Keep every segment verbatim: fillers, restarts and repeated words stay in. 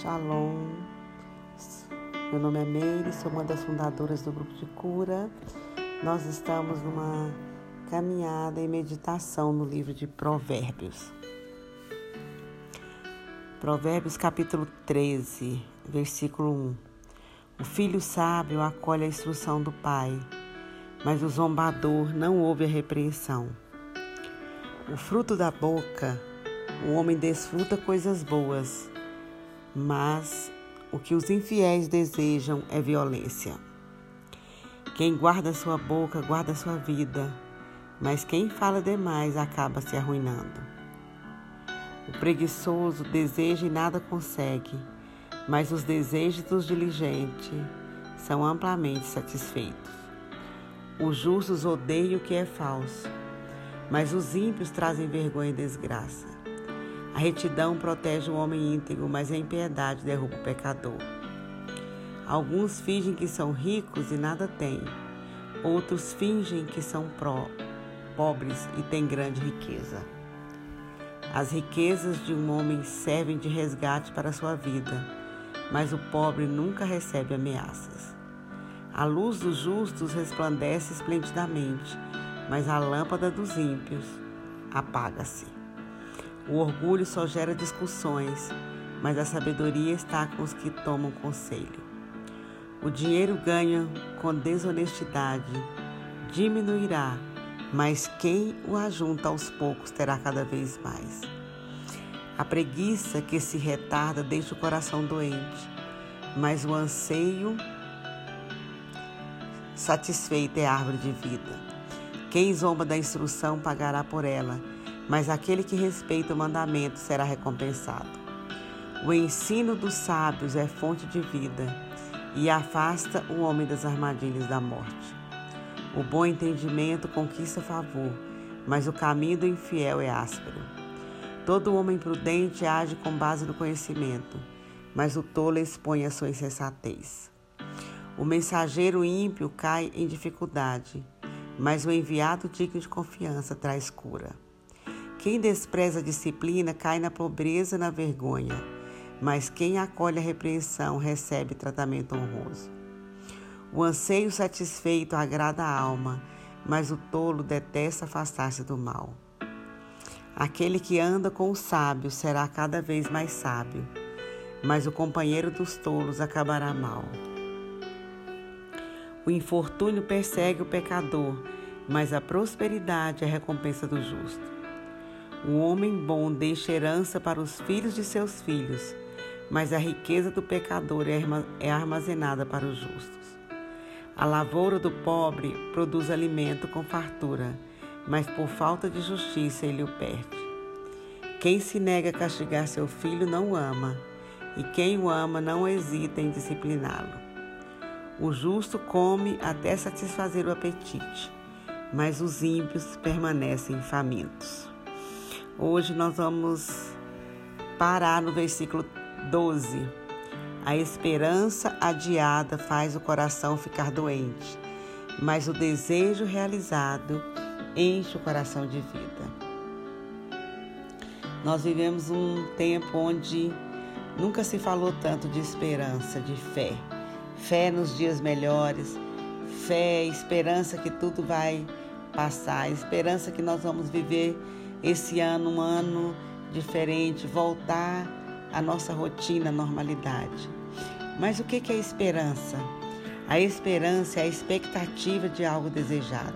Shalom, meu nome é Meire, sou uma das fundadoras do Grupo de Cura. Nós estamos numa caminhada e meditação no livro de Provérbios. Provérbios capítulo treze, versículo um. O filho sábio acolhe a instrução do pai, mas o zombador não ouve a repreensão. O fruto da boca, o homem desfruta coisas boas, mas o que os infiéis desejam é violência. Quem guarda sua boca, guarda sua vida, mas quem fala demais acaba se arruinando. O preguiçoso deseja e nada consegue, mas os desejos dos diligentes são amplamente satisfeitos. Os justos odeiam o que é falso, mas os ímpios trazem vergonha e desgraça. A retidão protege o homem íntegro, mas a impiedade derruba o pecador. Alguns fingem que são ricos e nada têm. Outros fingem que são pró, pobres e têm grande riqueza. As riquezas de um homem servem de resgate para a sua vida, mas o pobre nunca recebe ameaças. A luz dos justos resplandece esplendidamente, mas a lâmpada dos ímpios apaga-se. O orgulho só gera discussões, mas a sabedoria está com os que tomam conselho. O dinheiro ganho com desonestidade diminuirá, mas quem o ajunta aos poucos terá cada vez mais. A preguiça que se retarda deixa o coração doente, mas o anseio satisfeito é árvore de vida. Quem zomba da instrução pagará por ela, mas aquele que respeita o mandamento será recompensado. O ensino dos sábios é fonte de vida e afasta o homem das armadilhas da morte. O bom entendimento conquista favor, mas o caminho do infiel é áspero. Todo homem prudente age com base no conhecimento, mas o tolo expõe a sua insensatez. O mensageiro ímpio cai em dificuldade, mas o enviado digno de confiança traz cura. Quem despreza a disciplina cai na pobreza e na vergonha, mas quem acolhe a repreensão recebe tratamento honroso. O anseio satisfeito agrada a alma, mas o tolo detesta afastar-se do mal. Aquele que anda com o sábio será cada vez mais sábio, mas o companheiro dos tolos acabará mal. O infortúnio persegue o pecador, mas a prosperidade é a recompensa do justo. O homem bom deixa herança para os filhos de seus filhos, mas a riqueza do pecador é armazenada para os justos. A lavoura do pobre produz alimento com fartura, mas por falta de justiça ele o perde. Quem se nega a castigar seu filho não o ama, e quem o ama não hesita em discipliná-lo. O justo come até satisfazer o apetite, mas os ímpios permanecem famintos. Hoje nós vamos parar no versículo doze. A esperança adiada faz o coração ficar doente, mas o desejo realizado enche o coração de vida. Nós vivemos um tempo onde nunca se falou tanto de esperança, de fé. Fé nos dias melhores, fé, esperança que tudo vai passar, esperança que nós vamos viver esse ano, um ano diferente, voltar à nossa rotina, à normalidade. Mas o que é esperança? A esperança é a expectativa de algo desejado.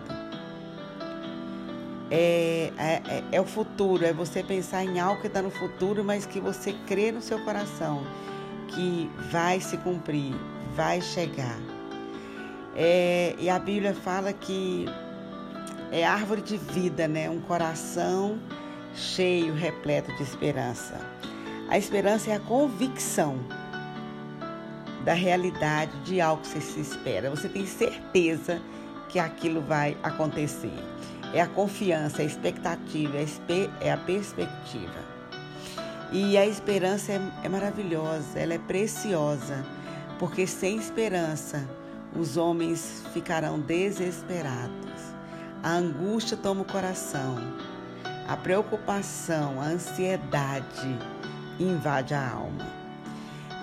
É, é, é o futuro, é você pensar em algo que está no futuro, mas que você crê no seu coração, que vai se cumprir, vai chegar. É, e a Bíblia fala que é árvore de vida, né? Um coração cheio, repleto de esperança. A esperança é a convicção da realidade de algo que você se espera. Você tem certeza que aquilo vai acontecer. É a confiança, é a expectativa, é a perspectiva. E a esperança é, é maravilhosa, ela é preciosa, porque sem esperança os homens ficarão desesperados. A angústia toma o coração, a preocupação, a ansiedade invade a alma.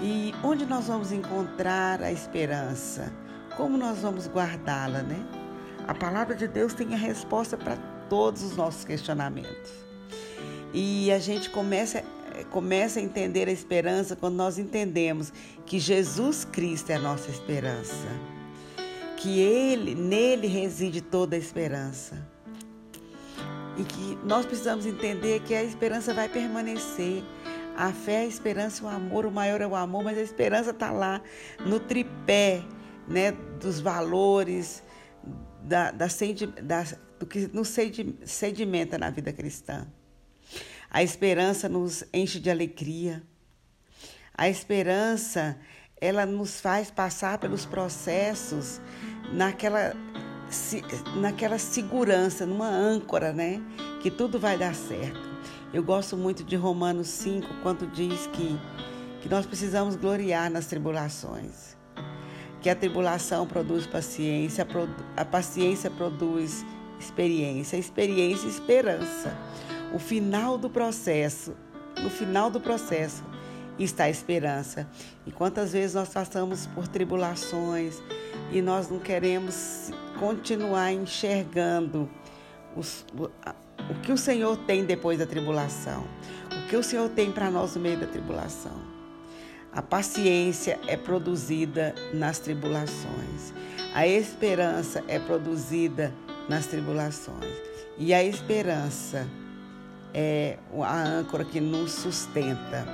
E onde nós vamos encontrar a esperança? Como nós vamos guardá-la, né? A palavra de Deus tem a resposta para todos os nossos questionamentos. E a gente começa, começa a entender a esperança quando nós entendemos que Jesus Cristo é a nossa esperança. Que Ele, nele reside toda a esperança. E que nós precisamos entender que a esperança vai permanecer. A fé, a esperança e o amor, o maior é o amor, mas a esperança está lá no tripé, né, dos valores, da, da, da, do que nos sedimenta na vida cristã. A esperança nos enche de alegria. A esperança, ela nos faz passar pelos processos naquela, naquela segurança, numa âncora, né, que tudo vai dar certo. Eu gosto muito de Romanos cinco, quando diz que, que nós precisamos gloriar nas tribulações. Que a tribulação produz paciência, a paciência produz experiência, a experiência esperança. O final do processo, no final do processo está a esperança. E quantas vezes nós passamos por tribulações e nós não queremos continuar enxergando os, o que o Senhor tem depois da tribulação, o que o Senhor tem para nós no meio da tribulação. A paciência é produzida nas tribulações. A esperança é produzida nas tribulações. E a esperança é a âncora que nos sustenta.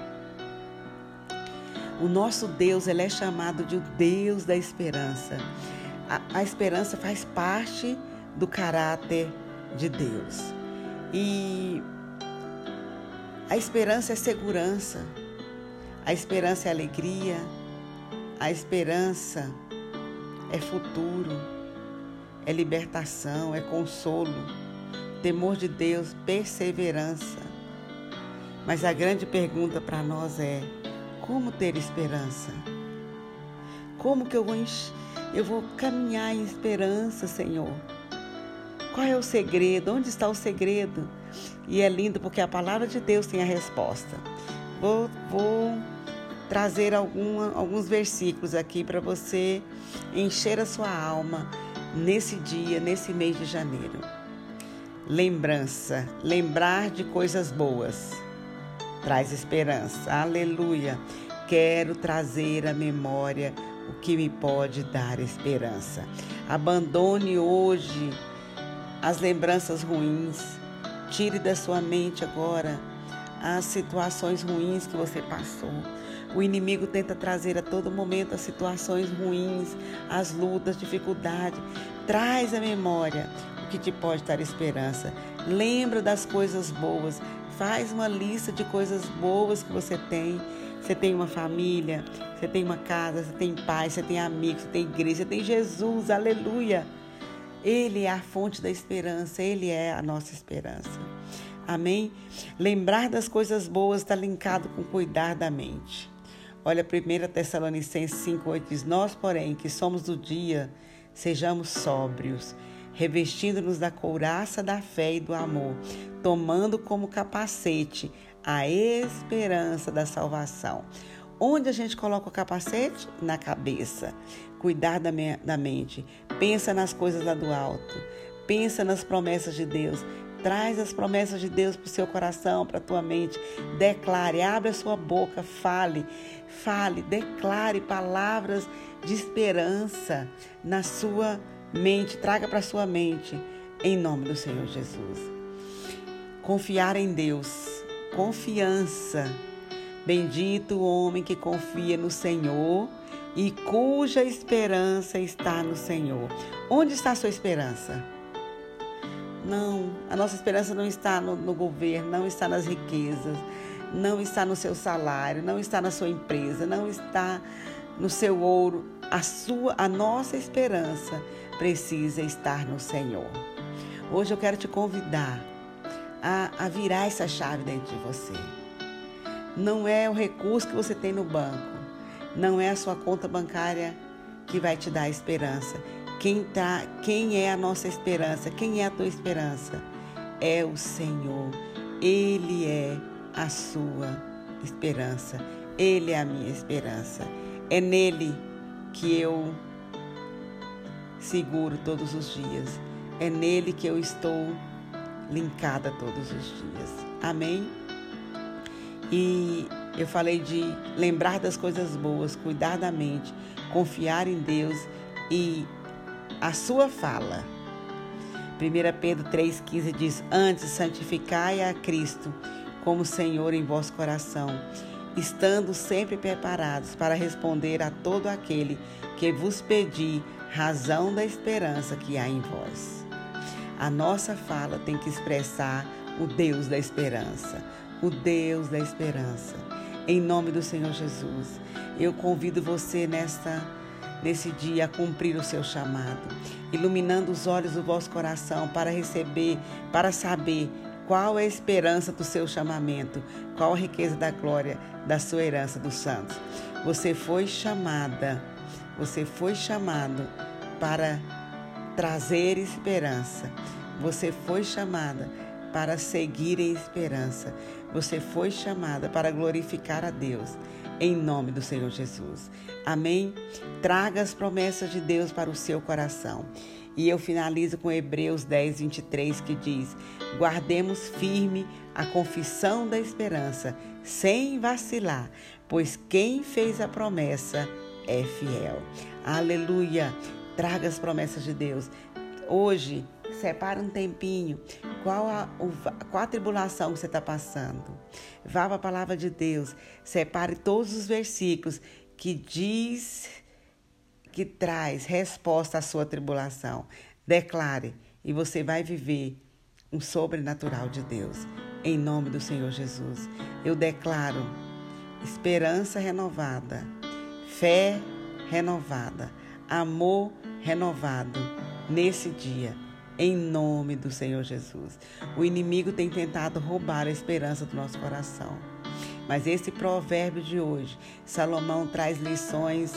O nosso Deus, ele é chamado de o Deus da esperança. A, a esperança faz parte do caráter de Deus. E a esperança é segurança. A esperança é alegria, a esperança é futuro, é libertação, é consolo, temor de Deus, perseverança. Mas a grande pergunta para nós é: como ter esperança? Como que eu vou, enx... eu vou caminhar em esperança, Senhor? Qual é o segredo? Onde está o segredo? E é lindo porque a palavra de Deus tem a resposta. Vou... vou... trazer alguma, alguns versículos aqui para você encher a sua alma nesse dia, nesse mês de janeiro. Lembrança, lembrar de coisas boas traz esperança. Aleluia! Quero trazer à memória o que me pode dar esperança. Abandone hoje as lembranças ruins. Tire da sua mente agora as situações ruins que você passou. O inimigo tenta trazer a todo momento as situações ruins, as lutas, dificuldades. Traz à memória o que te pode dar esperança. Lembra das coisas boas. Faz uma lista de coisas boas que você tem. Você tem uma família, você tem uma casa, você tem pai, você tem amigos, você tem igreja, você tem Jesus. Aleluia! Ele é a fonte da esperança, Ele é a nossa esperança. Amém? Lembrar das coisas boas está linkado com cuidar da mente. Olha, primeira Tessalonicenses cinco, oito diz: nós, porém, que somos do dia, sejamos sóbrios, revestindo-nos da couraça da fé e do amor, tomando como capacete a esperança da salvação. Onde a gente coloca o capacete? Na cabeça. Cuidar da, me- da mente. Pensa nas coisas lá do alto. Pensa nas promessas de Deus. Traz as promessas de Deus para o seu coração, para a tua mente. Declare, abre a sua boca, fale, fale, declare palavras de esperança na sua mente. Traga para a sua mente, em nome do Senhor Jesus. Confiar em Deus, confiança. Bendito o homem que confia no Senhor e cuja esperança está no Senhor. Onde está a sua esperança? Não, a nossa esperança não está no, no governo, não está nas riquezas, não está no seu salário, não está na sua empresa, não está no seu ouro. A sua, a nossa esperança precisa estar no Senhor. Hoje eu quero te convidar a, a virar essa chave dentro de você. Não é o recurso que você tem no banco, não é a sua conta bancária que vai te dar a esperança. Quem, tá, quem é a nossa esperança? Quem é a tua esperança? É o Senhor. Ele é a sua esperança. Ele é a minha esperança. É nele que eu seguro todos os dias. É nele que eu estou linkada todos os dias. Amém? E eu falei de lembrar das coisas boas, cuidar da mente, confiar em Deus e a sua fala. primeira Pedro três quinze diz: antes santificai a Cristo como Senhor em vosso coração, estando sempre preparados para responder a todo aquele que vos pedir razão da esperança que há em vós. A nossa fala tem que expressar o Deus da esperança, o Deus da esperança. Em nome do Senhor Jesus, eu convido você nesta, nesse dia a cumprir o seu chamado, iluminando os olhos do vosso coração para receber, para saber qual é a esperança do seu chamamento, qual a riqueza da glória da sua herança dos santos. Você foi chamada, você foi chamado para trazer esperança. Você foi chamada para seguir em esperança. Você foi chamada para glorificar a Deus, em nome do Senhor Jesus. Amém? Traga as promessas de Deus para o seu coração. E eu finalizo com Hebreus dez, vinte e três, que diz: guardemos firme a confissão da esperança, sem vacilar, pois quem fez a promessa é fiel. Aleluia! Traga as promessas de Deus. Hoje, separa um tempinho. Qual a, qual a tribulação que você está passando? Vá para a palavra de Deus. Separe todos os versículos que diz, que traz resposta à sua tribulação. Declare e você vai viver um sobrenatural de Deus. Em nome do Senhor Jesus. Eu declaro esperança renovada, fé renovada, amor renovado nesse dia. Em nome do Senhor Jesus. O inimigo tem tentado roubar a esperança do nosso coração. Mas esse provérbio de hoje, Salomão traz lições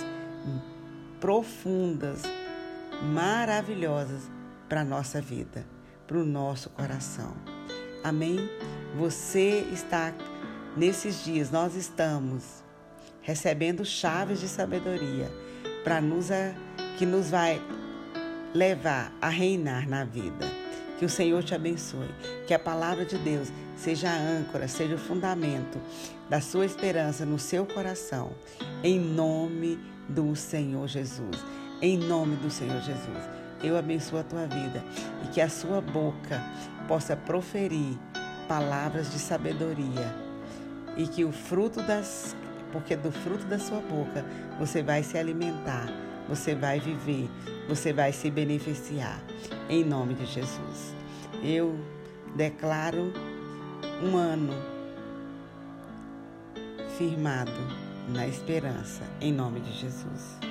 profundas, maravilhosas para a nossa vida, para o nosso coração. Amém? Você está, nesses dias, nós estamos recebendo chaves de sabedoria para nos, que nos vai levar a reinar na vida. Que o Senhor te abençoe. Que a palavra de Deus seja a âncora, seja o fundamento da sua esperança no seu coração. Em nome do Senhor Jesus. Em nome do Senhor Jesus. Eu abençoo a tua vida e que a sua boca possa proferir palavras de sabedoria e que o fruto das, porque do fruto da sua boca você vai se alimentar. Você vai viver, você vai se beneficiar, em nome de Jesus. Eu declaro um ano firmado na esperança, em nome de Jesus.